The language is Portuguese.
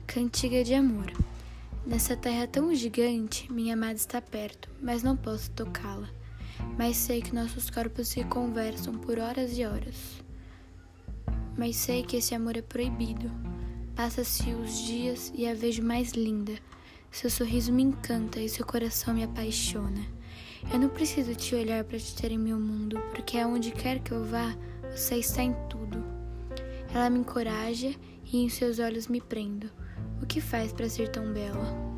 Cantiga de amor. Nessa terra tão gigante, minha amada está perto, mas não posso tocá-la. Mas sei que nossos corpos se conversam por horas e horas. Mas sei que esse amor é proibido. Passa-se os dias e a vejo mais linda. Seu sorriso me encanta e seu coração me apaixona. Eu não preciso te olhar para te ter em meu mundo, porque aonde quer que eu vá, você está em tudo. Ela me encoraja e em seus olhos me prendo. O que faz para ser tão bela?